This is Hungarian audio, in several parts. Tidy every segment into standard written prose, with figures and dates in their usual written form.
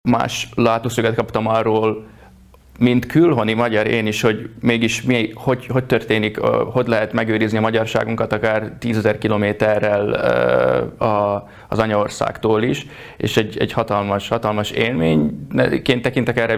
Más látószöget kaptam arról, mint külhoni magyar én is, hogy mégis hogy történik, hogy lehet megőrizni a magyarságunkat akár 10 000 kilométerrel az anyaországtól is, és egy hatalmas élményként tekintek erre.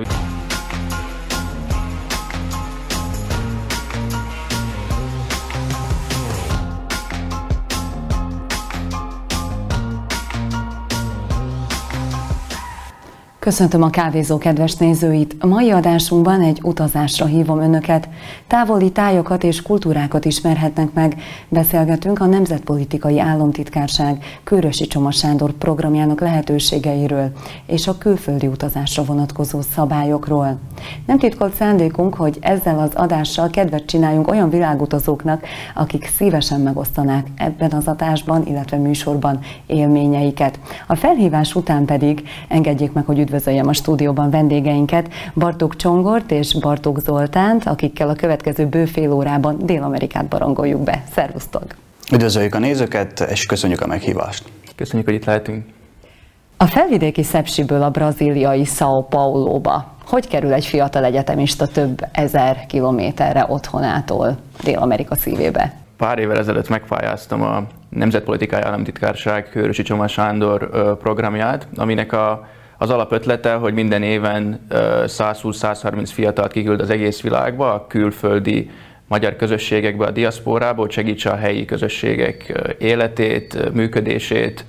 Köszöntöm a kávézó kedves nézőit! A mai adásunkban egy utazásra hívom önöket. Távoli tájakat és kultúrákat ismerhetnek meg. Beszélgetünk a Nemzetpolitikai Államtitkárság Kőrösi Csoma Sándor programjának lehetőségeiről és a külföldi utazásra vonatkozó szabályokról. Nem titkolt szándékunk, hogy ezzel az adással kedvet csináljunk olyan világutazóknak, akik szívesen megosztanák ebben az adásban, illetve műsorban élményeiket. A felhívás után pedig engedjék meg, hogy üdvözöljem a stúdióban vendégeinket, Bartók Csongort és Bartók Zoltánt, akikkel a következő bő fél órában Dél-Amerikát barangoljuk be. Szervusztok! Üdvözöljük a nézőket, és köszönjük a meghívást! Köszönjük, hogy itt lehetünk! A felvidéki Sepsiből a brazíliai São Pauloba hogy kerül egy fiatal egyetemista több ezer kilométerre otthonától Dél-Amerika szívébe? Pár évvel ezelőtt megpályáztam a Nemzetpolitikai Államtitkárság Kőrösi Csoma Sándor programját, aminek az alapötlete, hogy minden éven 120-130 fiatalt kiküld az egész világba, a külföldi magyar közösségekbe, a diaszporába, hogy segítse a helyi közösségek életét, működését,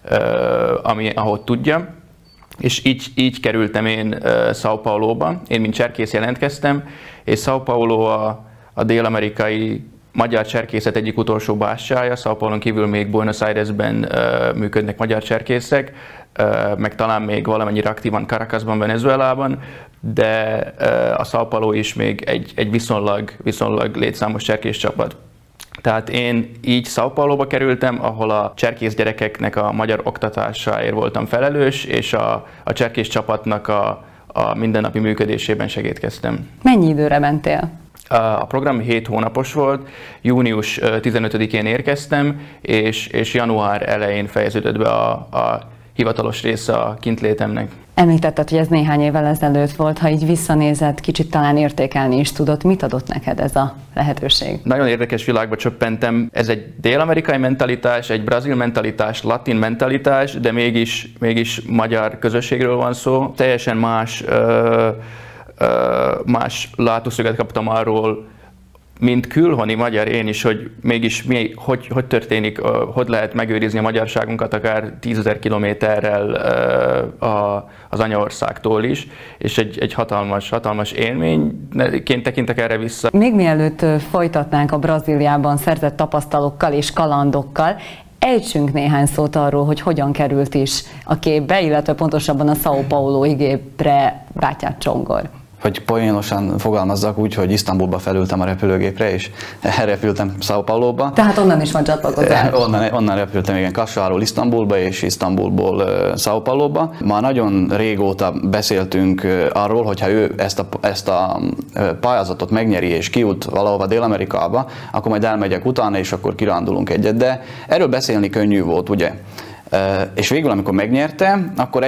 ahogy tudja. És így kerültem én São Pauloba. Én mint cserkész jelentkeztem, és São Paulo a dél-amerikai magyar cserkészet egyik utolsó bástyája. São Paulon kívül még Buenos Airesben működnek magyar cserkészek, meg talán még valamennyire aktívan Caracasban, Venezuelában, de a São Paulo is még egy viszonylag létszámos cserkész csapat. Tehát én így São Pauloba kerültem, ahol a cserkész gyerekeknek a magyar oktatásáért voltam felelős, és a cserkész csapatnak a mindennapi működésében segítkeztem. Mennyi időre mentél? A program 7 hónapos volt, június 15-én érkeztem, és január elején fejeződött be a hivatalos része a kintlétemnek. Említetted, hogy ez néhány évvel ezelőtt volt, ha így visszanézed, kicsit talán értékelni is tudod. Mit adott neked ez a lehetőség? Nagyon érdekes világba csöppentem. Ez egy dél-amerikai mentalitás, egy brazil mentalitás, latin mentalitás, de mégis magyar közösségről van szó. Teljesen más látószöget kaptam arról, mint külhoni magyar én is, hogy mégis hogy történik, hogy lehet megőrizni a magyarságunkat akár 10 000 kilométerrel az anyaországtól is, és egy hatalmas élményként tekintek erre vissza. Még mielőtt folytatnánk a Brazíliában szerzett tapasztalatokkal és kalandokkal, ejtsünk néhány szót arról, hogy hogyan került is a képbe, illetve pontosabban a São Paulo-i gépre Bátyát Csongor. Hogy poénosan fogalmazzak úgy, hogy Isztambulba felültem a repülőgépre, és elrepültem São Pauloba. Tehát onnan is van csatlakozás. Onnan repültem, igen, Kassáról Isztambulba, és Isztambulból São Pauloba. Már nagyon régóta beszéltünk arról, hogyha ő ezt a pályázatot megnyeri, és kijut valahova Dél-Amerikába, akkor majd elmegyek utána, és akkor kirándulunk egyet. De erről beszélni könnyű volt, ugye? És végül, amikor megnyerte, akkor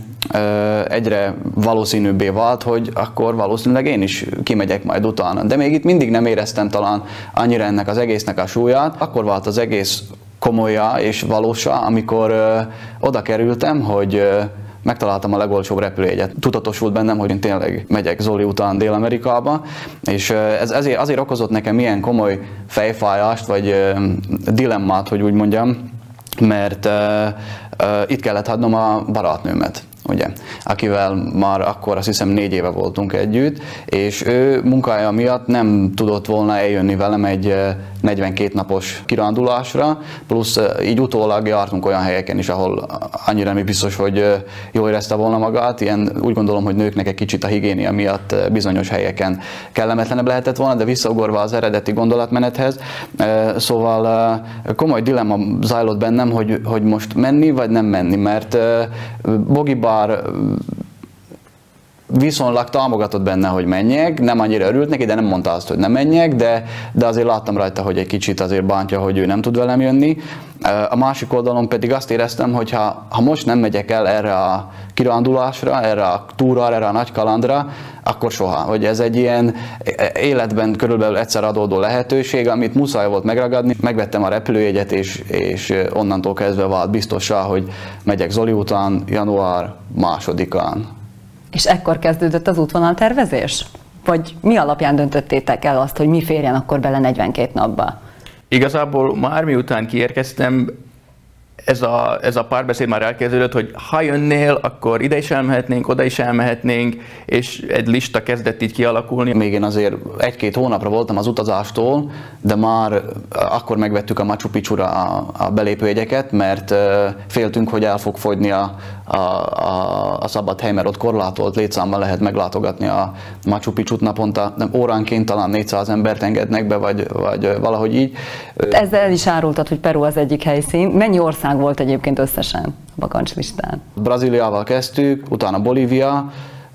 egyre valószínűbbé vált, hogy akkor valószínűleg én is kimegyek majd utána. De még itt mindig nem éreztem talán annyira ennek az egésznek a súlyát. Akkor vált az egész komolyá és valósá, amikor oda kerültem, hogy megtaláltam a legolcsóbb repülőjegyet. Tudatosult bennem, hogy én tényleg megyek Zoli után Dél-Amerikába, és ez azért okozott nekem ilyen komoly fejfájást, vagy dilemmát, hogy úgy mondjam, mert itt kellett hagynom a barátnőmet, ugye, akivel már akkor azt hiszem 4 éve voltunk együtt, és ő munkája miatt nem tudott volna eljönni velem egy 42 napos kirándulásra, plusz így utólag jártunk olyan helyeken is, ahol annyira nem biztos, hogy jól érezte volna magát. Úgy gondolom, hogy nőknek egy kicsit a higiénia miatt bizonyos helyeken kellemetlenebb lehetett volna, de visszaugorva az eredeti gondolatmenethez. Szóval komoly dilemma zajlott bennem, hogy most menni vagy nem menni, mert Bogi Bar viszonylag támogatott benne, hogy menjek, nem annyira örült neki, de nem mondta azt, hogy nem menjek, de azért láttam rajta, hogy egy kicsit azért bántja, hogy ő nem tud velem jönni. A másik oldalon pedig azt éreztem, hogy ha most nem megyek el erre a kirándulásra, erre a túrára, erre a nagy kalandra, akkor soha. Hogy ez egy ilyen életben körülbelül egyszer adódó lehetőség, amit muszáj volt megragadni. Megvettem a repülőjegyet, és onnantól kezdve vált biztossá, hogy megyek Zoli után január 2-án. És ekkor kezdődött az útvonaltervezés? Vagy mi alapján döntöttétek el azt, hogy mi férjen akkor bele 42 napba? Igazából már miután kiérkeztem, ez a párbeszéd már elkezdődött, hogy ha jönnél, akkor ide is elmehetnénk, oda is elmehetnénk, és egy lista kezdett így kialakulni. Még én azért 1-2 hónapra voltam az utazástól, de már akkor megvettük a Machu Picchura a belépőjegyeket, mert féltünk, hogy el fog fogyni a szabad hely, mert ott korlátolt létszámban lehet meglátogatni a Machu Picchut naponta, óránként talán 400 embert engednek be, vagy valahogy így. Ezzel el is árultad, hogy Peru az egyik helyszín. Mennyi ország volt egyébként összesen a bakancslistán? Brazíliával kezdtük, utána Bolívia,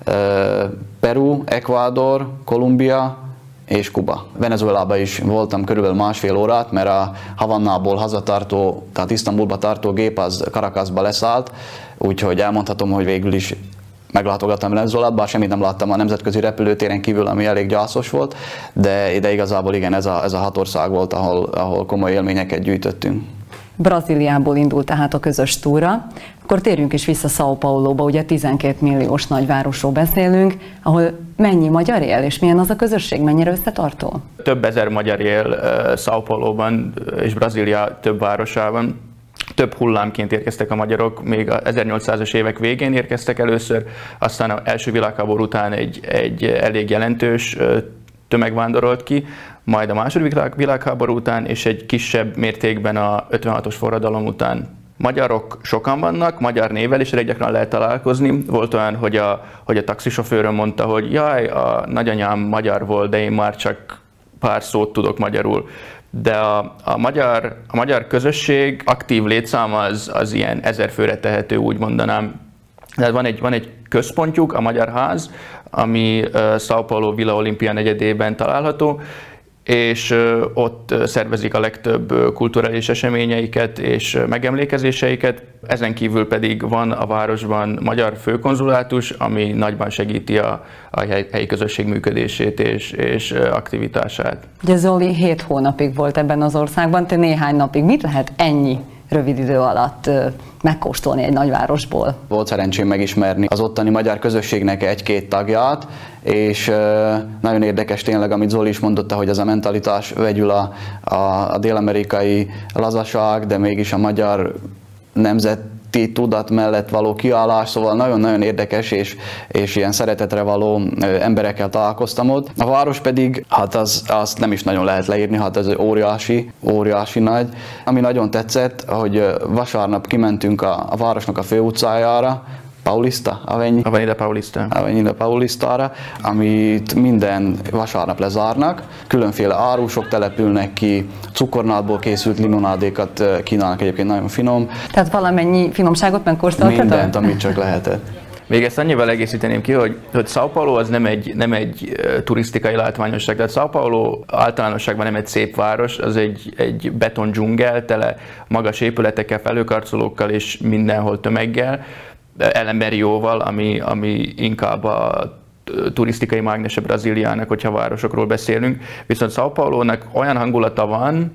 Peru, Ecuador, Kolumbia és Kuba. Venezuelában is voltam körülbelül 1,5 órát, mert a Havannából hazatartó, tehát Isztambulba tartó gép az Caracasba leszállt, úgyhogy elmondhatom, hogy végül is meglátogattam Venezuelát, bár semmit nem láttam a nemzetközi repülőtéren kívül, ami elég gyászos volt, de igazából igen, ez a 6 ország volt, ahol komoly élményeket gyűjtöttünk. Brazíliából indult tehát a közös túra. Akkor térjünk is vissza São Pauloba, ugye 12 milliós nagyvárosról beszélünk, ahol mennyi magyar él, és milyen az a közösség, mennyire összetartó? Több ezer magyar él São Pauloban és Brazília több városában. Több hullámként érkeztek a magyarok, még a 1800-as évek végén érkeztek először, aztán az első világháború után egy elég jelentős tömeg vándorolt ki, majd a második világháború után és egy kisebb mértékben a 56-os forradalom után. Magyarok sokan vannak, magyar névvel is elég gyakran lehet találkozni. Volt olyan, hogy a taxisofőröm mondta, hogy jaj, a nagyanyám magyar volt, de én már csak pár szót tudok magyarul. De a magyar közösség aktív létszáma az ilyen 1000 főre tehető, úgy mondanám. Tehát van egy központjuk, a Magyar Ház, ami São Paulo Vila Olimpia negyedében található, és ott szervezik a legtöbb kulturális eseményeiket és megemlékezéseiket. Ezen kívül pedig van a városban magyar főkonzulátus, ami nagyban segíti a helyi közösség működését és aktivitását. Ugye Zoli 7 hónapig volt ebben az országban, te néhány napig. Mit lehet ennyi rövid idő alatt megkóstolni egy nagyvárosból? Volt szerencsém megismerni az ottani magyar közösségnek 1-2 tagját, és nagyon érdekes tényleg, amit Zoli is mondotta, hogy ez a mentalitás vegyül a dél-amerikai lazaság, de mégis a magyar nemzeti tudat mellett való kiállás, szóval nagyon-nagyon érdekes és ilyen szeretetre való emberekkel találkoztam ott. A város pedig, hát azt nem is nagyon lehet leírni, hát ez óriási nagy. Ami nagyon tetszett, hogy vasárnap kimentünk a városnak a főutcájára, Paulista, Avenida Paulistára, amit minden vasárnap lezárnak. Különféle árusok települnek ki, cukornádból készült limonádékat kínálnak, egyébként nagyon finom. Tehát valamennyi finomságot megkóstoltatok? Mindent, amit csak lehetett. Még ezt annyival egészíteném ki, hogy São Paulo az nem egy turisztikai látványosság. Tehát São Paulo általánosságban nem egy szép város, az egy beton dzsungel, tele magas épületekkel, felhőkarcolókkal és mindenhol tömeggel, ellenben Rióval, ami inkább a turisztikai mágnese Brazíliának, hogyha városokról beszélünk. Viszont São Paulónak olyan hangulata van,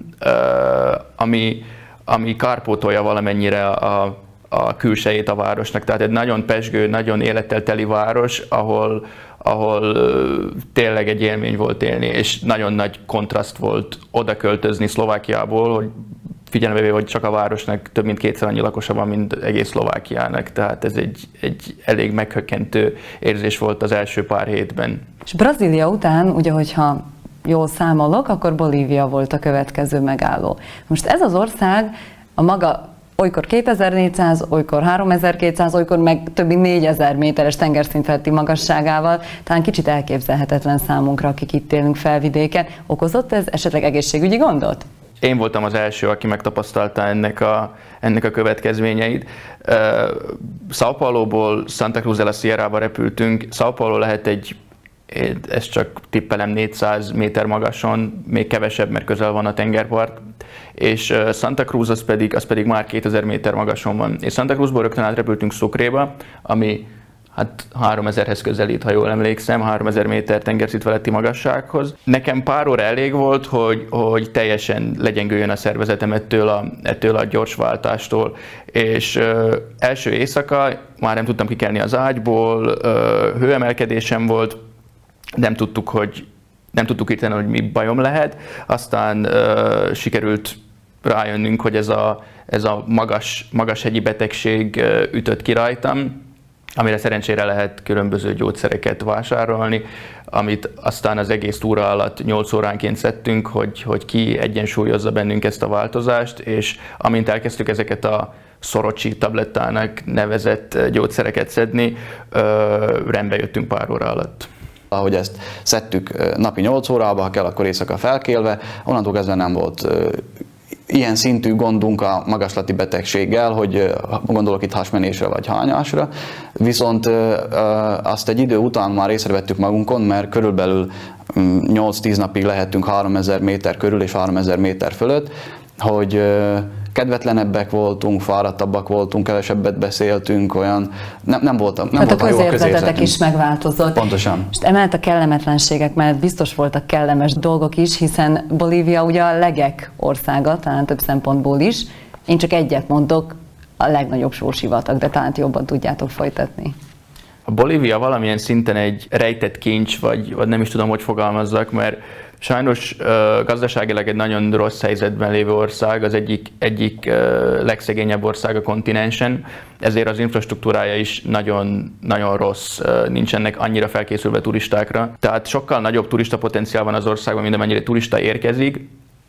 ami kárpótolja valamennyire a külsejét a városnak. Tehát egy nagyon pezsgő, nagyon élettel teli város, ahol tényleg egy élmény volt élni, és nagyon nagy kontraszt volt oda költözni Szlovákiából, hogy figyelembe véve, hogy csak a városnak több mint 2-szer annyi lakosa van, mint egész Szlovákiának, tehát ez egy elég meghökkentő érzés volt az első pár hétben. És Brazília után, ugye, hogyha jól számolok, akkor Bolívia volt a következő megálló. Most ez az ország a maga olykor 2400, olykor 3200, olykor meg több mint 4000 méteres tengerszintfeletti magasságával, talán kicsit elképzelhetetlen számunkra, akik itt élünk felvidéken. Okozott ez esetleg egészségügyi gondot? én voltam az első, aki megtapasztalta ennek a következményeit. São Pauloból Santa Cruz de la Sierra-ba repültünk. São Paulo lehet ezt csak tippelem 400 méter magason, még kevesebb, mert közel van a tengerpart, és Santa Cruz az pedig már 2000 méter magason van. És Santa Cruzból rögtön átrepültünk Sucréba, ami hát 3000-hez közelít, ha jól emlékszem, 3000 méter tengerszint feletti magassághoz. Nekem pár óra elég volt, hogy teljesen legyengüljön a szervezetem ettől a gyors váltástól. És első éjszaka már nem tudtam kikelni az ágyból, hőemelkedésem volt, nem tudtuk írteni, hogy mi bajom lehet. Aztán sikerült rájönnünk, hogy ez a magas hegyi betegség ütött ki rajtam, amire szerencsére lehet különböző gyógyszereket vásárolni, amit aztán az egész túra alatt 8 óránként szedtünk, hogy ki egyensúlyozza bennünk ezt a változást, és amint elkezdtük ezeket a Szorocsi tablettának nevezett gyógyszereket szedni, rendbe jöttünk pár óra alatt. Ahogy ezt szedtük napi 8 órába, ha kell, akkor éjszaka felkélve, onnantól kezdve nem volt ilyen szintű gondunk a magaslati betegséggel, hogy gondolok itt hasmenésre vagy hányásra, viszont azt egy idő után már észrevettük magunkon, mert körülbelül 8-10 napig lehettünk 3000 méter körül és 3000 méter fölött, hogy kedvetlenebbek voltunk, fáradtabbak voltunk, kevesebbet beszéltünk, olyan nem voltam. Nem hát a közérzetetek is megváltozott. Pontosan. És emellett a kellemetlenségek mellett biztos voltak kellemes dolgok is, hiszen Bolívia ugye a legek országa, talán több szempontból is. Én csak egyet mondok, a legnagyobb sósivatag, de talán jobban tudjátok folytatni. A Bolívia valamilyen szinten egy rejtett kincs, vagy nem is tudom, hogy fogalmazzak, mert sajnos gazdaságilag egy nagyon rossz helyzetben lévő ország, az egyik legszegényebb ország a kontinensen, ezért az infrastruktúrája is nagyon, nagyon rossz, nincsenek annyira felkészülve turistákra. Tehát sokkal nagyobb turista potenciál van az országban, mint amennyire turista érkezik,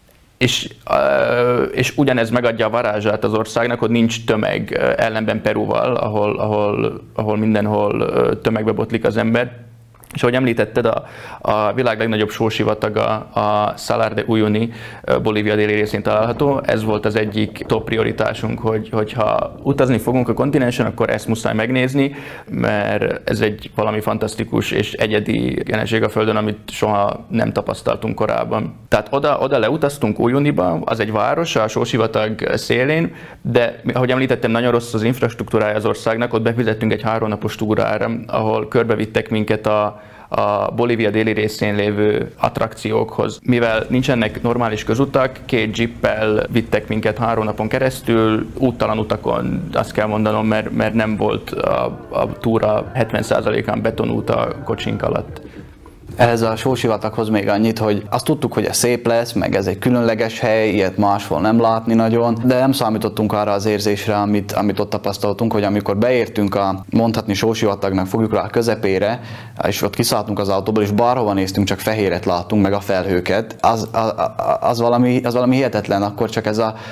és ugyanez megadja a varázsát az országnak, hogy nincs tömeg, ellenben Perúval, ahol mindenhol tömegbe botlik az ember. És ahogy említetted, a világ legnagyobb sósivataga a Salar de Uyuni, Bolívia déli részén található. Ez volt az egyik top prioritásunk, hogy ha utazni fogunk a kontinensen, akkor ezt muszáj megnézni, mert ez egy valami fantasztikus és egyedi jelenség a Földön, amit soha nem tapasztaltunk korábban. Tehát oda leutaztunk Uyuniba, az egy város a sósivatag szélén, de ahogy említettem, nagyon rossz az infrastruktúrája az országnak, ott befizettünk egy 3 napos túrára, ahol körbevittek minket a Bolívia déli részén lévő attrakciókhoz. Mivel nincsenek normális közutak, 2 jeeppel vittek minket 3 napon keresztül, úttalan utakon, azt kell mondanom, mert nem volt a túra 70%-án betonút a kocsink alatt. Ehhez a sósivataghoz még annyit, hogy azt tudtuk, hogy ez szép lesz, meg ez egy különleges hely, ilyet máshol nem látni nagyon, de nem számítottunk arra az érzésre, amit ott tapasztaltunk, hogy amikor beértünk a mondhatni sósivatagnak, fogjuk rá a közepére, és ott kiszálltunk az autóból, és bárhova néztünk, csak fehéret láttunk, meg a felhőket, az valami hihetetlen, akkor csak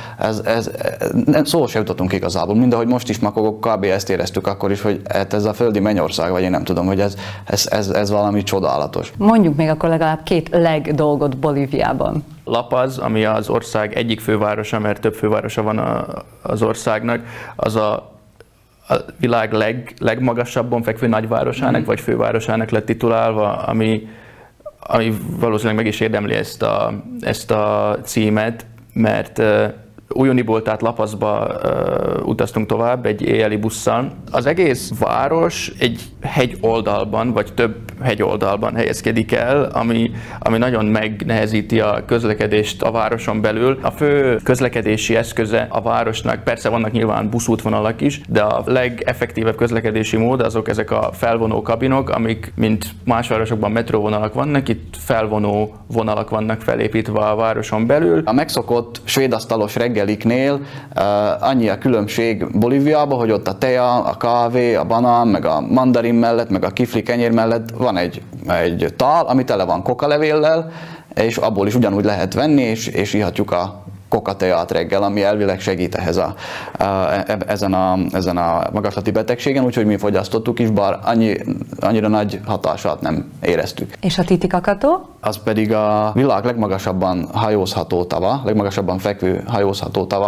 szó se jutottunk igazából. Mindahogy most is makogok, kb. Ezt éreztük akkor is, hogy ez a földi mennyország, vagy én nem tudom, hogy ez valami csodálatos. Mondjuk még akkor legalább 2 legdolgot Bolíviában. La Paz, ami az ország egyik fővárosa, mert több fővárosa van az országnak, az a világ legmagasabban fekvő nagyvárosának, vagy fővárosának lett titulálva, ami valószínűleg meg is érdemli ezt a címet, mert Uyuniból, tehát La Pazba utaztunk tovább egy éjjeli busszal. Az egész város egy hegyoldalban, vagy több hegyoldalban helyezkedik el, ami nagyon megnehezíti a közlekedést a városon belül. A fő közlekedési eszköze a városnak, persze vannak nyilván buszútvonalak is, de a legeffektívebb közlekedési mód azok ezek a felvonó kabinok, amik, mint más városokban metróvonalak vannak, itt felvonó vonalak vannak felépítve a városon belül. A megszokott svédasztalos reggeliknél annyi a különbség Bolíviában, hogy ott a tea, a kávé, a banán, meg a mandarin mellett, meg a kifli kenyér mellett van egy tál, ami tele van kokalevéllel, és abból is ugyanúgy lehet venni, és ihatjuk kokateát reggel, ami elvileg segít ezen a magaslati betegségen, úgyhogy mi fogyasztottuk is, bár annyira nagy hatását nem éreztük. És a Titicacató? Az pedig a világ legmagasabban hajózható tava, legmagasabban fekvő hajózható tava,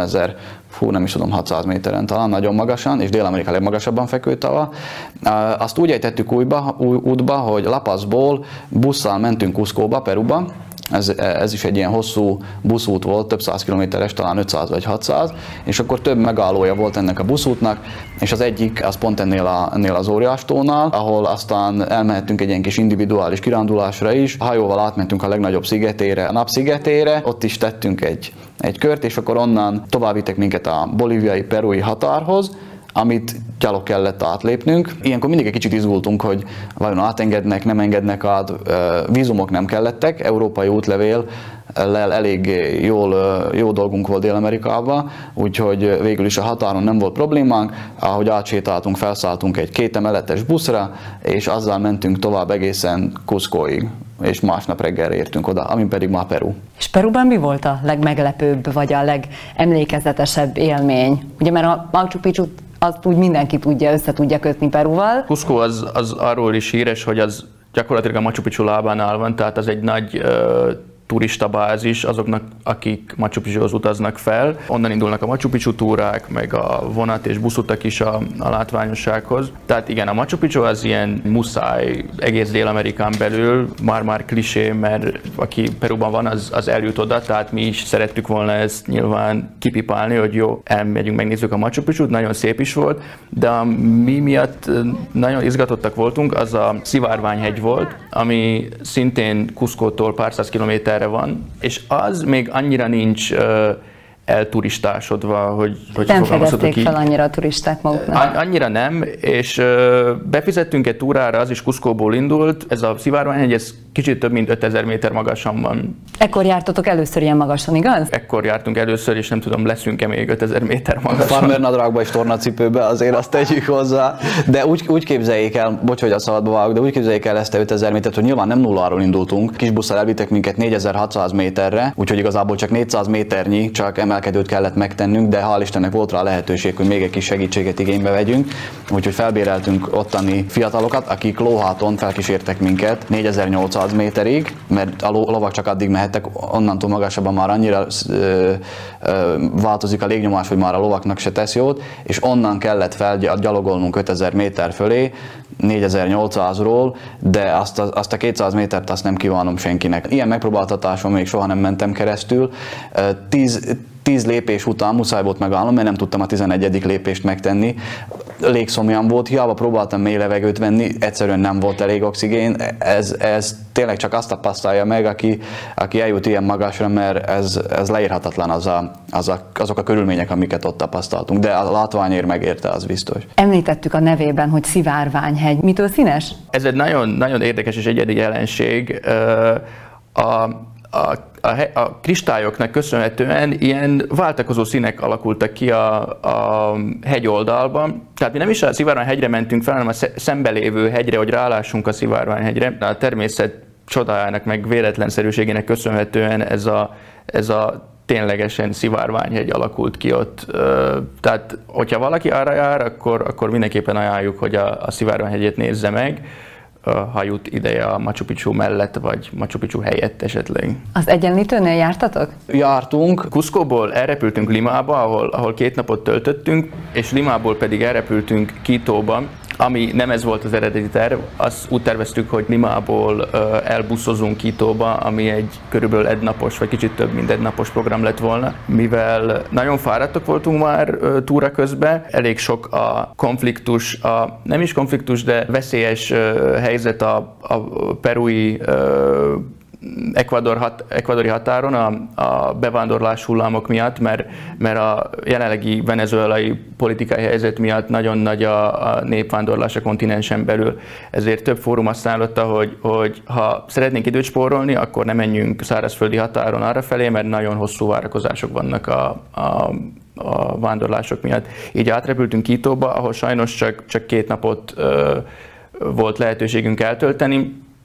600 méteren talán, nagyon magasan, és Dél-Amerika legmagasabban fekvő tava. Azt úgy ejtettük útba, hogy La Pazból busszal mentünk Cuscóba, Peruba. Ez is egy ilyen hosszú buszút volt, több száz kilométeres, talán 500 vagy 600, és akkor több megállója volt ennek a buszútnak, és az egyik az pont ennél az óriástónál, ahol aztán elmehettünk egy ilyen kis individuális kirándulásra is. A hajóval átmentünk a legnagyobb szigetére, a Napszigetére, ott is tettünk egy kört, és akkor onnan tovább vittek minket a bolíviai-perui határhoz, amit gyalog kellett átlépnünk. Ilyenkor mindig egy kicsit izgultunk, hogy vajon átengednek, nem engednek át, vízumok nem kellettek, európai útlevéllel elég jó dolgunk volt Dél-Amerikában, úgyhogy végül is a határon nem volt problémánk. Ahogy átsétáltunk, felszálltunk egy 2 emeletes buszra, és azzal mentünk tovább egészen Cuscóig, és másnap reggelre értünk oda, ami pedig már Peru. És Peruban mi volt a legmeglepőbb, vagy a legemlékezetesebb élmény? Ugye, mert a Machu Picchu azt úgy mindenki tudja, össze tudja kötni Peruval. Cusco az arról is híres, hogy az gyakorlatilag a Machu Picchu lábánál van, tehát az egy nagy turista bázis azoknak, akik Machu Picchuhoz utaznak fel. Onnan indulnak a Machu Picchu túrák, meg a vonat és buszutak is a látványossághoz. Tehát igen, a Machu Picchu az ilyen muszáj egész Dél-Amerikán belül, már klisé, mert aki Peruban van, az eljut oda, tehát mi is szerettük volna ezt nyilván kipipálni, hogy jó, elmegyünk, megnézzük a Machu Picchut, nagyon szép is volt, de mi miatt nagyon izgatottak voltunk, az a Szivárványhegy volt, ami szintén Cuscótól pár száz kilométerre van, és az még annyira nincs elturistásodva, hogy nem fedezték fel annyira a turisták maguknak. Annyira nem, és befizettünk egy túrára, az is Cuscóból indult, ez a Szivárványhegy, ez kicsit több mint 5000 méter magasan van. Ekkor jártatok először ilyen magasan, igaz? Ekkor jártunk először, és nem tudom, leszünk-e még 5000 méter magasan. Farmernadrágba és tornacipőbe, azért azt tegyük hozzá. De úgy képzeljék el, bocs, hogy a szabadba vágok, de úgy képzeljék el ezt a 5000 métert, hogy nyilván nem nulláról indultunk. Kis busszal elvittek minket 4600 méterre, úgyhogy igazából csak 400 méternyi, csak emelkedőt kellett megtennünk, de hál' Istennek volt rá lehetőség, hogy még egy kis segítséget igénybe vegyünk. Úgyhogy felbéreltünk ottani fiatalokat, akik lóháton felkísértek minket 4800 méterig, mert a lovak csak addig mehettek, onnantól magasabban már annyira változik a légnyomás, hogy már a lovaknak se tesz jót, és onnan kellett felgyalogolnunk 5000 méter fölé, 4800-ról, de azt a 200 métert azt nem kívánom senkinek. Ilyen megpróbáltatáson még soha nem mentem keresztül. 10 lépés után muszáj volt megállnom, mert nem tudtam a 11. lépést megtenni. Légszomjam volt, hiába próbáltam mély levegőt venni, egyszerűen nem volt elég oxigén. Ez tényleg csak azt tapasztalja meg, aki eljut ilyen magasra, mert ez leírhatatlan azok a körülmények, amiket ott tapasztaltunk. De a látványért megérte, az biztos. Említettük a nevében, hogy Szivárványhegy. Mitől színes? Ez egy nagyon, nagyon érdekes és egyedi jelenség. A kristályoknak köszönhetően ilyen váltakozó színek alakultak ki a hegyoldalban. Tehát mi nem is a Szivárványhegyre mentünk fel, hanem a szembelévő hegyre, hogy rálássunk a Szivárványhegyre. A természet csodájának, meg véletlenszerűségének köszönhetően ez a ténylegesen Szivárványhegy alakult ki ott. Tehát, hogyha valaki arra jár, akkor mindenképpen ajánljuk, hogy a Szivárványhegyet nézze meg, ha jut ideje a Machu Picchu mellett, vagy Machu Picchu helyett esetleg. Az Egyenlítőnél jártatok? Jártunk. Cuscóból elrepültünk Limába, ahol 2 napot töltöttünk, és Limából pedig elrepültünk Quitóba, ami nem ez volt az eredeti terv. Azt úgy terveztük, hogy Limából elbuszozunk Quitóba, ami egy körülbelül egynapos, vagy kicsit több mint egynapos program lett volna. Mivel nagyon fáradtak voltunk már túra közben, elég sok a konfliktus, nem is konfliktus, de veszélyes helyzet a perui ekvadori határon a bevándorlás hullámok miatt, mert a jelenlegi venezuelai politikai helyzet miatt nagyon nagy a népvándorlás a kontinensen belül. Ezért több fórum azt ajánlotta, hogy ha szeretnénk időt spórolni, akkor ne menjünk szárazföldi határon arrafelé, mert nagyon hosszú várakozások vannak a vándorlások miatt. Így átrepültünk Quitóba, ahol sajnos csak 2 napot volt lehetőségünk eltölteni,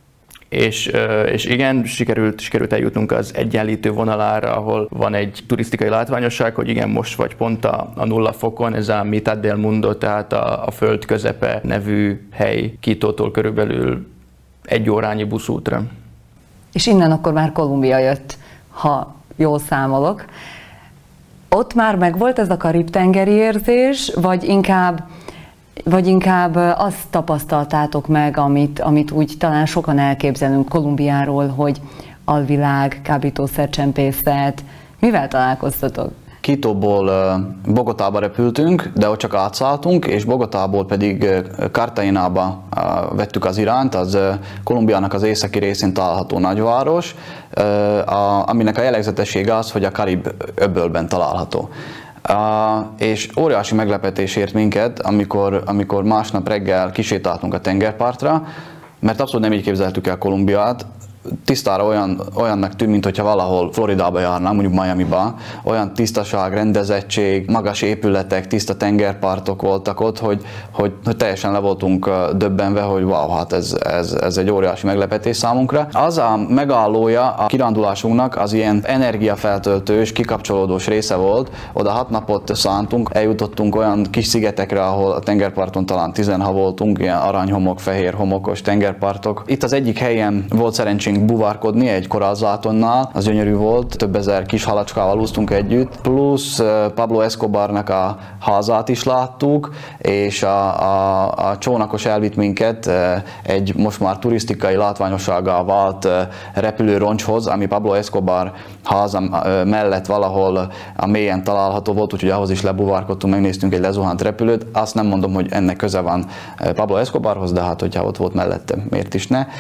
És igen, sikerült eljutnunk az egyenlítő vonalára, ahol van egy turisztikai látványosság, hogy igen, most vagy pont a 0 fokon, ez a Mitad del Mundo, tehát a föld közepe nevű hely Quitótól körülbelül 1 órányi buszútra. És innen akkor már Kolumbia jött, ha jól számolok. Ott már megvolt ez a Karib-tengeri érzés, vagy inkább azt tapasztaltátok meg, amit úgy talán sokan elképzelünk Kolumbiáról, hogy alvilág, kábítószercsempészet. Mivel találkoztatok? Quitóból Bogotába repültünk, de ott csak átszálltunk, és Bogotából pedig Cartagenába vettük az irányt, az Kolumbiának az északi részén található nagyváros, aminek a jellegzetessége az, hogy a Karib-öbölben található. És óriási meglepetés ért minket, amikor másnap reggel kisétáltunk a tengerpartra, mert abszolút nem így képzeltük el Kolumbiát. Tisztára olyannak tűnt, mintha valahol Floridába járnánk, mondjuk Miamiba. Olyan tisztaság, rendezettség, magas épületek, tiszta tengerpartok voltak ott, hogy teljesen le voltunk döbbenve, hogy wow, hát ez egy óriási meglepetés számunkra. Az a megállója a kirándulásunknak az ilyen energiafeltöltős, kikapcsolódós része volt. Oda 6 napot szántunk, eljutottunk olyan kis szigetekre, ahol a tengerparton talán 10 voltunk, ilyen aranyhomok, fehér homokos tengerpartok. Itt az egyik helyen volt szerencsém buvárkodni egy korallzátonnál, az gyönyörű volt, több ezer kis halacskával úsztunk együtt, plusz Pablo Escobarnak a házát is láttuk, és a csónakos elvitt minket egy most már turisztikai látványossággá vált repülőroncshoz, ami Pablo Escobar háza mellett valahol a mélyen található volt, úgyhogy ahhoz is lebuvárkodtunk, megnéztünk egy lezuhant repülőt. Azt nem mondom, hogy ennek köze van Pablo Escobarhoz, de hát hogyha ott volt mellette, miért is ne.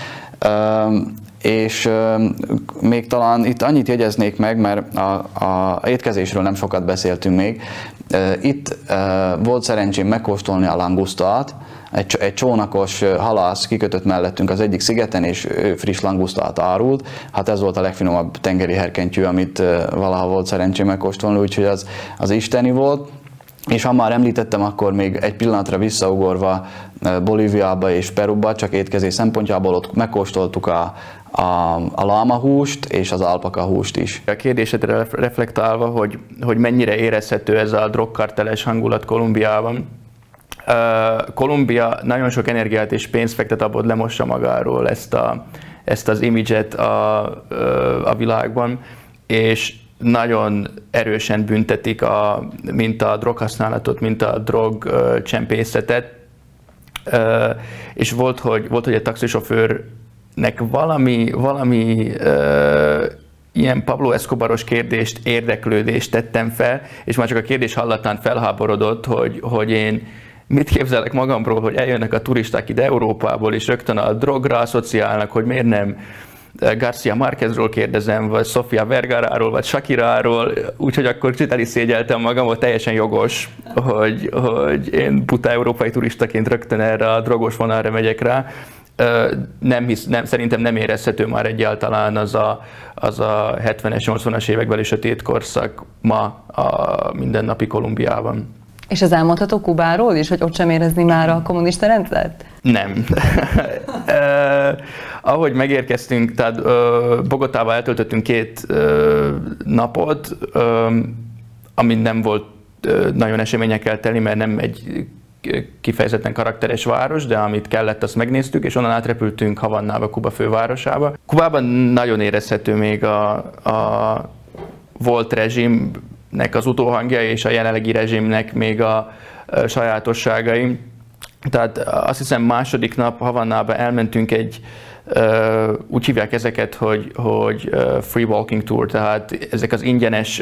És még talán itt annyit jegyeznék meg, mert a étkezésről nem sokat beszéltünk még. Itt volt szerencsém megkóstolni a langusztát, egy csónakos halász kikötött mellettünk az egyik szigeten, és friss langusztát árult. Hát ez volt a legfinomabb tengeri herkentyű, amit valaha volt szerencsém megkóstolni, úgyhogy az isteni volt. És ha már említettem, akkor még egy pillanatra visszaugorva Bolíviába és Peruba, csak étkezés szempontjából ott megkóstoltuk a lámahúst és az alpaka húst is. A kérdésedre reflektálva, hogy mennyire érezhető ez a drogkarteles hangulat Kolumbiában. Kolumbia nagyon sok energiát és pénzt fektet abba, hogy lemossa magáról ezt az imidzset a világban, és nagyon erősen büntetik mint a droghasználatot, mint a drogcsempészetet. És volt, hogy a taxisofőrnek valami ilyen Pablo Escobaros kérdést, érdeklődést tettem fel, és már csak a kérdés hallatán felháborodott, hogy én mit képzelek magamról, hogy eljönnek a turisták ide Európából, és rögtön a drogra asszociálnak, hogy miért nem García Márquezről kérdezem, vagy Sofía Vergaráról, vagy Shakiráról, úgyhogy akkor kicsit el is szégyeltem magam, hogy teljesen jogos, hogy én buta európai turistaként rögtön erre a drogos vonalra megyek rá. Szerintem nem érezhető már egyáltalán az a 70-es, 80-as évekbeli sötét korszak ma a mindennapi Kolumbiában. És ez elmondható Kubáról is, hogy ott sem érezni már a kommunista rendszert? Nem. Ahogy megérkeztünk, tehát Bogotában eltöltöttünk 2 napot, ami nem volt nagyon eseményekkel teli, mert nem egy kifejezetten karakteres város, de amit kellett, azt megnéztük, és onnan átrepültünk Havannába, Kuba fővárosába. Kubában nagyon érezhető még a volt rezsimnek az utóhangja, és a jelenlegi rezsimnek még a sajátosságai. Tehát azt hiszem második nap Havannába elmentünk úgy hívják ezeket, hogy free walking tour, tehát ezek az ingyenes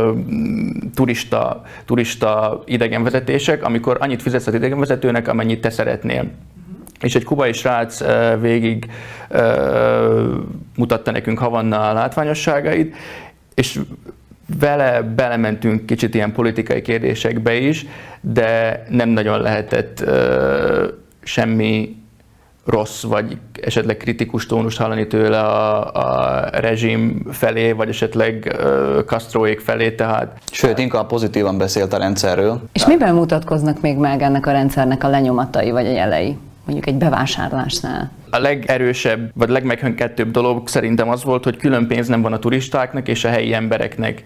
turista idegenvezetések, amikor annyit fizetsz az idegenvezetőnek, amennyit te szeretnél. És egy kubai srác végig mutatta nekünk Havanna látványosságait, és vele belementünk kicsit ilyen politikai kérdésekbe is, de nem nagyon lehetett semmi rossz vagy esetleg kritikus tónust hallani tőle a rezsim felé, vagy esetleg Castroék felé, tehát... Sőt, inkább pozitívan beszélt a rendszerről. És miben mutatkoznak még meg ennek a rendszernek a lenyomatai vagy a jelei? mondjuk egy bevásárlásnál? A legerősebb, vagy legmeghönketőbb dolog szerintem az volt, hogy külön pénz nem van a turistáknak és a helyi embereknek.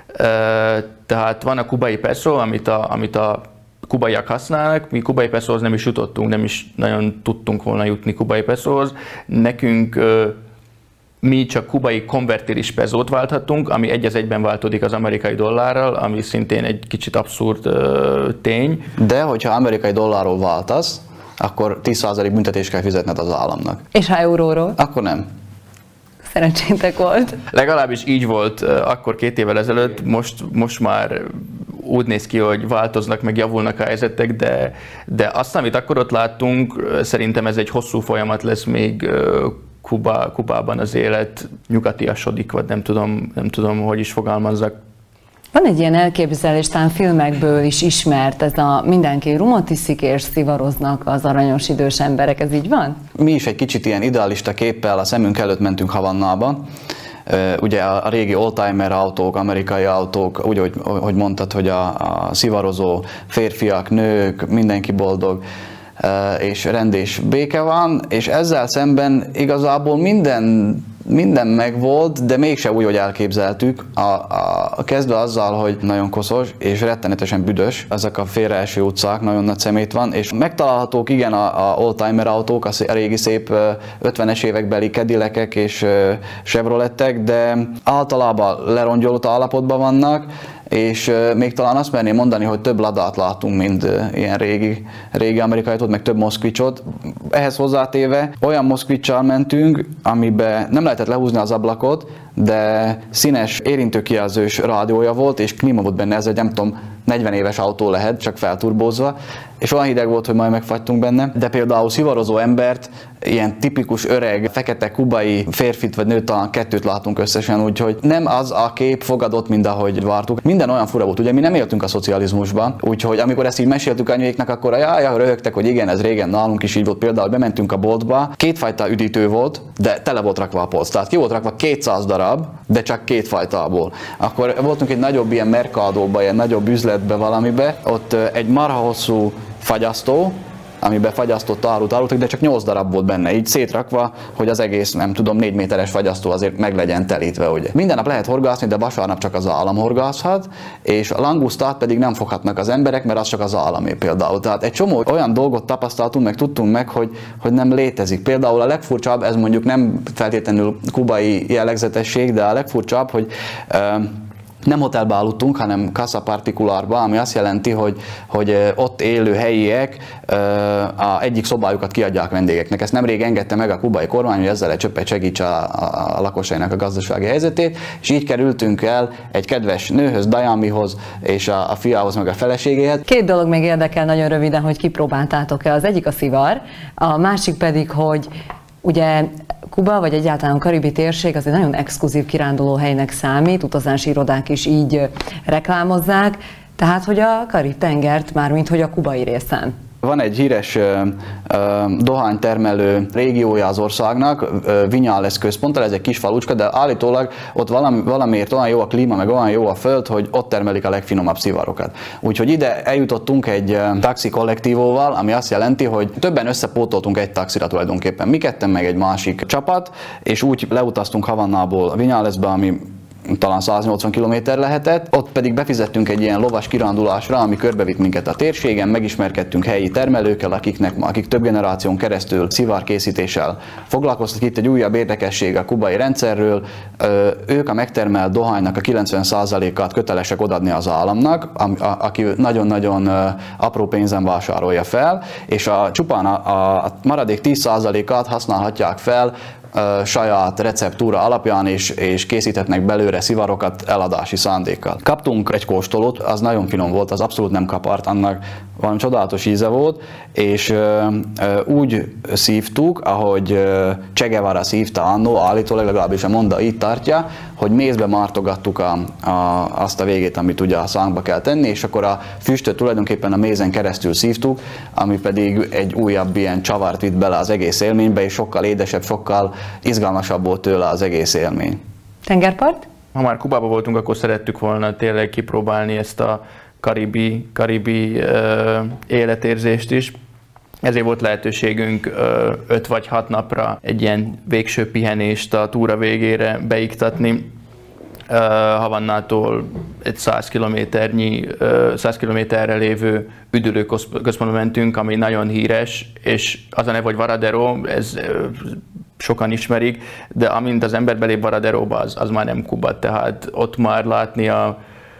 Tehát van a kubai peso, amit a kubaiak használnak, mi kubai pesohoz nem is jutottunk, nem is nagyon tudtunk volna jutni kubai pesohoz. Nekünk mi csak kubai konvertilis pezót válthatunk, ami egy az egyben változik az amerikai dollárral, ami szintén egy kicsit abszurd tény. De hogyha amerikai dollárról váltasz, akkor 10% büntetést kell fizetned az államnak. És ha euróról? Akkor nem. Szerencsétek volt. Legalábbis így volt akkor 2 évvel ezelőtt, most már úgy néz ki, hogy változnak, meg javulnak a helyzetek, de azt, amit akkor ott láttunk, szerintem ez egy hosszú folyamat lesz még. Kubában az élet nyugatiasodik, vagy nem tudom, hogy is fogalmazzak. Van egy ilyen elképzelés, talán filmekből is ismert, ez a mindenki rumot iszik és szivaroznak az aranyos idős emberek, ez így van? Mi is egy kicsit ilyen idealista képpel a szemünk előtt mentünk Havannába. Ugye a régi oldtimer autók, amerikai autók, úgy, hogy mondtad, hogy a szivarozó férfiak, nők, mindenki boldog, és rend és béke van, és ezzel szemben igazából minden megvolt, de mégse úgy, hogy elképzeltük. Kezdve azzal, hogy nagyon koszos és rettenetesen büdös, ezek a félreeső utcák, nagyon nagy szemét van, és megtalálhatók igen a oldtimer autók, a régi szép 50-es évekbeli Cadillacek és Chevroletek, de általában lerongyolott állapotban vannak, és még talán azt merném mondani, hogy több Ladát látunk, mint ilyen régi amerikai autót, meg több Moszkvicsot. Ehhez hozzátéve olyan Moszkvicsal mentünk, amiben nem lehetett lehúzni az ablakot, de színes érintőkijelzős rádiója volt, és klíma volt benne, ez egy nem tudom, 40 éves autó lehet, csak felturbózva, és olyan hideg volt, hogy majd megfagytunk benne, de például szivarozó embert, ilyen tipikus öreg, fekete kubai férfit vagy nőt, talán 2 látunk összesen, úgyhogy nem az a kép fogadott, mint ahogy vártuk. Minden olyan fura volt, ugye mi nem éltünk a szocializmusban, úgyhogy amikor ezt így meséltük anyuéknak, akkor röhögtek, hogy igen, ez régen nálunk is így volt. Például bementünk a boltba, 2 fajta üdítő volt, de tele volt rakva a polc, tehát ki volt rakva 200 darab, de csak 2 fajtából. Akkor voltunk egy nagyobb ilyen merkádóba, ilyen nagyobb üzletbe valamibe, ott egy marha hosszú fagyasztó, amiben fagyasztott árut, de csak 8 darab volt benne, így szétrakva, hogy az egész, nem tudom, 4 méteres fagyasztó azért meg legyen telítve, ugye. Minden nap lehet horgászni, de vasárnap csak az állam horgászhat, és a langusztát pedig nem foghatnak az emberek, mert az csak az államé például. Tehát egy csomó olyan dolgot tapasztaltunk, meg tudtunk meg, hogy nem létezik. Például a legfurcsább, ez mondjuk nem feltétlenül kubai jellegzetesség, de a legfurcsább, hogy nem hotelbe aludtunk, hanem casa particulárba, ami azt jelenti, hogy ott élő helyiek egyik szobájukat kiadják vendégeknek. Ezt nemrég engedte meg a kubai kormány, hogy ezzel egy csöppet segítse a lakosainak a gazdasági helyzetét, és így kerültünk el egy kedves nőhöz, Dajamihoz, és a fiához, meg a feleségéhez. 2 dolog még érdekel nagyon röviden, hogy kipróbáltátok-e. Az egyik a szivar, a másik pedig, hogy ugye Kuba, vagy egyáltalán a karibi térség az egy nagyon exkluzív kirándulóhelynek számít, utazási irodák is így reklámozzák, tehát hogy a Karib-tengert mármint hogy a kubai részen. Van egy híres dohánytermelő régiója az országnak, Viñales központtal, ez egy kis falucska, de állítólag ott valamiért olyan jó a klíma, meg olyan jó a föld, hogy ott termelik a legfinomabb szivarokat. Úgyhogy ide eljutottunk egy taxi kollektívóval, ami azt jelenti, hogy többen összepótoltunk egy taxira tulajdonképpen. Mi ketten meg egy másik csapat, és úgy leutaztunk Havannából Viñalesbe, ami talán 180 km lehetett, ott pedig befizettünk egy ilyen lovas kirándulásra, ami körbevitt minket a térségen, megismerkedtünk helyi termelőkkel, akik több generáción keresztül szivárkészítéssel foglalkoztak. Itt egy újabb érdekesség a kubai rendszerről, ők a megtermelt dohánynak a 90%-át kötelesek odaadni az államnak, aki nagyon-nagyon apró pénzen vásárolja fel, és csupán a maradék 10%-át használhatják fel saját receptúra alapján, és készíthetnek belőle szivarokat eladási szándékkal. Kaptunk egy kóstolót, az nagyon finom volt, az abszolút nem kapart, annak valami csodálatos íze volt, és úgy szívtuk, ahogy Che Guevara szívta annó, állítólag legalábbis a monda így tartja, hogy mézbe mártogattuk azt a végét, amit ugye a szánkba kell tenni, és akkor a füstöt tulajdonképpen a mézen keresztül szívtuk, ami pedig egy újabb ilyen csavart vitt bele az egész élménybe, és sokkal édesebb, sokkal izgalmasabb volt tőle az egész élmény. Tengerpart? Ha már Kubában voltunk, akkor szerettük volna tényleg kipróbálni ezt a karibi életérzést is. ezért volt lehetőségünk 5 vagy 6 napra egy ilyen végső pihenést a túra végére beiktatni. Havannától egy 100 kilométerre lévő üdülőközpontba mentünk, ami nagyon híres, és az a neve, hogy Varadero, ez sokan ismerik, de amint az ember belép Varaderóba, az már nem Kuba, tehát ott már látni a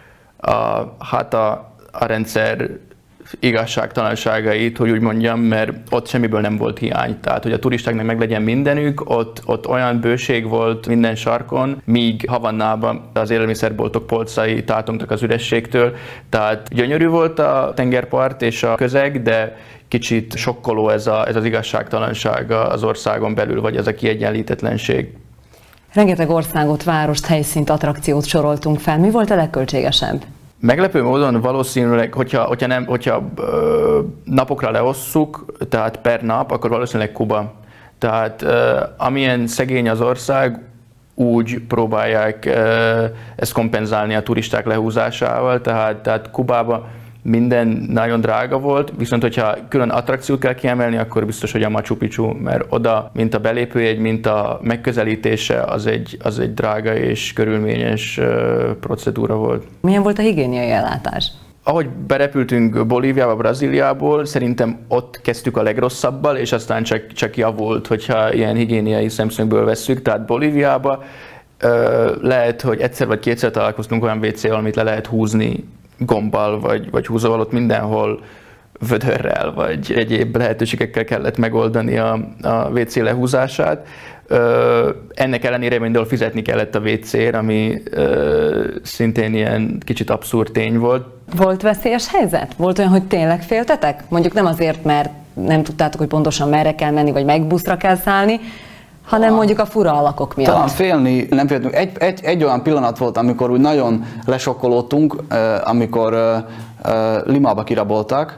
rendszer igazságtalanságait, hogy úgy mondjam, mert ott semmiből nem volt hiány. Tehát, hogy a turistáknak meg legyen mindenük, ott olyan bőség volt minden sarkon, míg Havannában az élelmiszerboltok polcai tátongtak az ürességtől. Tehát gyönyörű volt a tengerpart és a közeg, de kicsit sokkoló ez az igazságtalanság az országon belül, vagy ez a kiegyenlítetlenség. Rengeteg országot, várost, helyszínt, attrakciót soroltunk fel. Mi volt a legköltségesebb? Meglepő módon valószínűleg, hogyha napokra leosszuk, tehát per nap, akkor valószínűleg Kuba. Tehát amilyen szegény az ország, úgy próbálják ezt kompenzálni a turisták lehúzásával, tehát Kubában minden nagyon drága volt, viszont hogyha külön attrakciót kell kiemelni, akkor biztos, hogy a Machu Picchu, mert oda, mint a belépőjegy, mint a megközelítése, az egy drága és körülményes procedúra volt. Milyen volt a higiéniai ellátás? Ahogy berepültünk Bolíviába, Brazíliából, szerintem ott kezdtük a legrosszabbal, és aztán csak javult, hogyha ilyen higiéniai szemszögből vesszük. Tehát Bolíviába lehet, hogy egyszer vagy kétszer találkoztunk olyan WC-vel, amit le lehet húzni gombbal, vagy húzóval, ott mindenhol vödörrel, vagy egyéb lehetőségekkel kellett megoldani a WC lehúzását. Ennek ellenére mindenhol fizetni kellett a WC-re, ami szintén ilyen kicsit abszurd tény volt. Volt veszélyes helyzet? Volt olyan, hogy tényleg féltetek? Mondjuk nem azért, mert nem tudtátok, hogy pontosan merre kell menni, vagy meg buszra kell szállni, hanem mondjuk a fura alakok miatt. Talán félni nem féltünk. Egy olyan pillanat volt, amikor úgy nagyon lesokkolódtunk, amikor Limába kirabolták.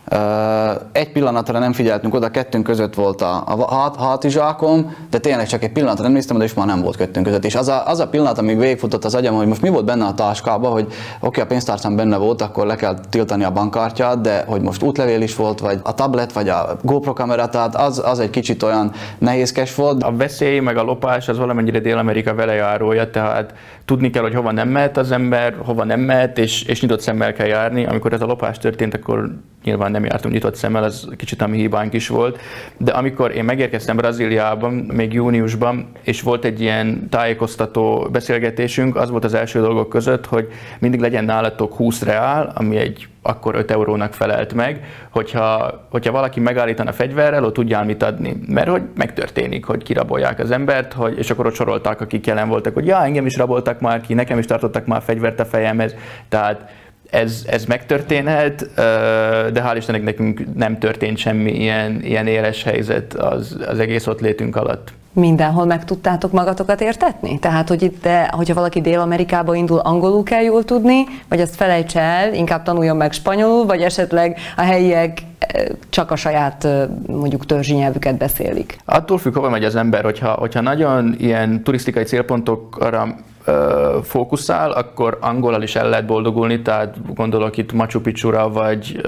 Egy pillanatra nem figyeltünk oda, kettőnk között volt a hátizsákom, de tényleg csak egy pillanatra nem néztem oda, és már nem volt kettőnk között. És az a pillanat, amíg végigfutott az agyam, hogy most mi volt benne a táskába, hogy oké, a pénztárcám benne volt, akkor le kell tiltani a bankkártyát, de hogy most útlevél is volt, vagy a tablet, vagy a GoPro kamera, tehát az egy kicsit olyan nehézkes volt. A veszély meg a lopás az valamennyire Dél-Amerika velejárója, tehát tudni kell, hogy hova nem mehet az ember, hova nem mehet, és nyitott szemmel kell járni. Amikor ez a lopás történt, akkor nyilván nem jártunk nyitott szemmel, az kicsit a mi hibánk is volt. De amikor én megérkeztem Brazíliában, még júniusban, és volt egy ilyen tájékoztató beszélgetésünk, az volt az első dolgok között, hogy mindig legyen nálatok 20 reál, ami akkor 5 eurónak felelt meg, hogyha valaki megállítana fegyverrel, ott tudjál mit adni. Mert hogy megtörténik, hogy kirabolják az embert, és akkor ott sorolták, akik jelen voltak, hogy engem is raboltak már ki, nekem is tartottak már fegyvert a fejemhez. Tehát ez megtörténhet, de hál' Istennek nekünk nem történt semmi ilyen éles helyzet az egész ott létünk alatt. Mindenhol meg tudtátok magatokat értetni? Tehát, hogy hogyha valaki Dél-Amerikába indul, angolul kell jól tudni, vagy ezt felejtse el, inkább tanuljon meg spanyolul, vagy esetleg a helyiek csak a saját mondjuk törzsi nyelvüket beszélik? Attól függ, hova megy az ember, hogyha nagyon ilyen turisztikai célpontokra fókuszál, akkor angolal is el lehet boldogulni, tehát gondolok itt Machu Picchura, vagy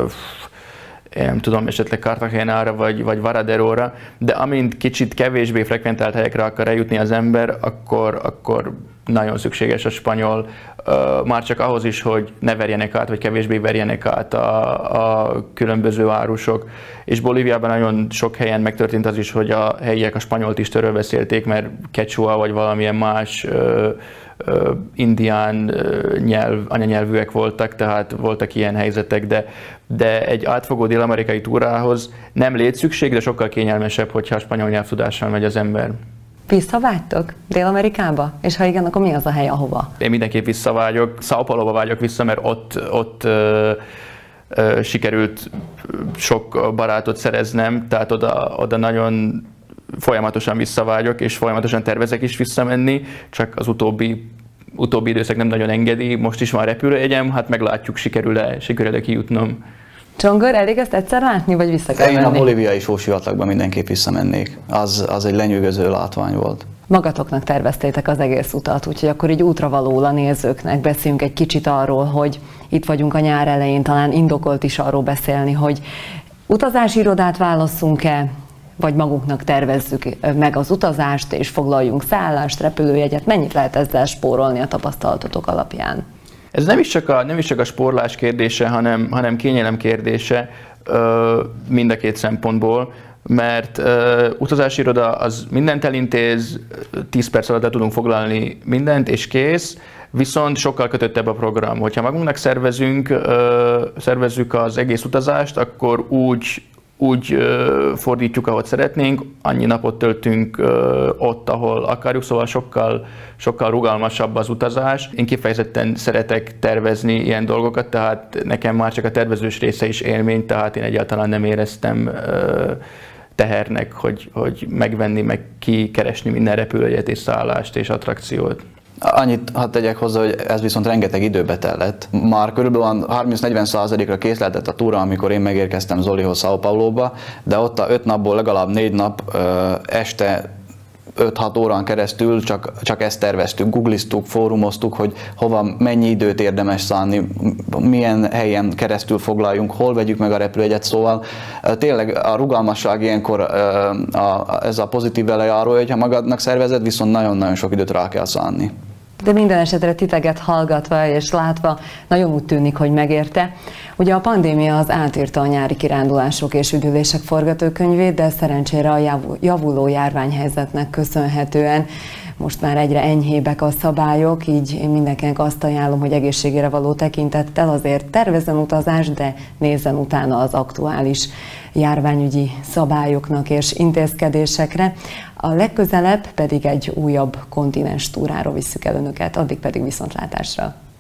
én nem tudom, esetleg Cartagenára, vagy Varaderóra, de amint kicsit kevésbé frekventált helyekre akar eljutni az ember, akkor nagyon szükséges a spanyol, már csak ahhoz is, hogy ne verjenek át, vagy kevésbé verjenek át a különböző árusok. És Bolíviában nagyon sok helyen megtörtént az is, hogy a helyiek a spanyolt is törölbeszélték, mert quechua vagy valamilyen más indián anyanyelvűek voltak, tehát voltak ilyen helyzetek, de egy átfogó dél-amerikai túrához nem létszükség, de sokkal kényelmesebb, hogyha a spanyol nyelvtudással megy az ember. Visszavágytok Dél-Amerikába? És ha igen, akkor mi az a hely, ahova? Én mindenképp visszavágyok. São Pauloba vágyok vissza, mert ott sikerült sok barátot szereznem, tehát oda nagyon folyamatosan visszavágyok, és folyamatosan tervezek is visszamenni, csak az utóbbi időszak nem nagyon engedi. Most is van repülőjegyem, hát meglátjuk, sikerül-e kijutnom. Csongor, elég ezt egyszer látni, vagy vissza kell menni? Én a bolíviai sósivatagban mindenképp visszamennék. Az egy lenyűgöző látvány volt. Magatoknak terveztétek az egész utat, úgyhogy akkor így útravalóul a nézőknek beszéljünk egy kicsit arról, hogy itt vagyunk a nyár elején, talán indokolt is arról beszélni, hogy Utazási irodát válasszunk-e, vagy magunknak tervezzük meg az utazást, és foglaljunk szállást, repülőjegyet? Mennyit lehet ezzel spórolni a tapasztalatotok alapján? Ez nem is csak a spórolás kérdése, hanem kényelem kérdése mind a két szempontból, mert utazási iroda az mindent elintéz, 10 perc alatt tudunk foglalni mindent, és kész, viszont sokkal kötöttebb a program. Hogyha magunknak szervezzük az egész utazást, akkor úgy fordítjuk, ahogy szeretnénk, annyi napot töltünk ott, ahol akarjuk, szóval sokkal rugalmasabb az utazás. Én kifejezetten szeretek tervezni ilyen dolgokat, tehát nekem már csak a tervezős része is élmény, tehát én egyáltalán nem éreztem tehernek, hogy megvenni, meg kikeresni minden repülőjegyet és szállást és attrakciót. Annyit hadd tegyek hozzá, hogy ez viszont rengeteg időbe tellett. Már körülbelül 30-40%-ra készletett a túra, amikor én megérkeztem Zolihoz São Pauloba, de ott a 5 napból legalább 4 nap este 5-6 órán keresztül csak ezt terveztük, googliztuk, fórumoztuk, hogy hova, mennyi időt érdemes szánni, milyen helyen keresztül foglaljunk, hol vegyük meg a repülőjegyet, szóval tényleg a rugalmasság ilyenkor ez a pozitív velejárója, hogyha magadnak szervezed, viszont nagyon-nagyon sok időt rá kell szánni. De minden esetre titeket hallgatva és látva nagyon úgy tűnik, hogy megérte. Ugye a pandémia az átírta a nyári kirándulások és üdülések forgatókönyvét, de szerencsére a javuló járványhelyzetnek köszönhetően most már egyre enyhébbek a szabályok, így én mindenkinek azt ajánlom, hogy egészségére való tekintettel azért tervezzen utazást, de nézzen utána az aktuális járványügyi szabályoknak és intézkedésekre. A legközelebb pedig egy újabb kontinens túrára visszük el önöket, addig pedig viszontlátásra.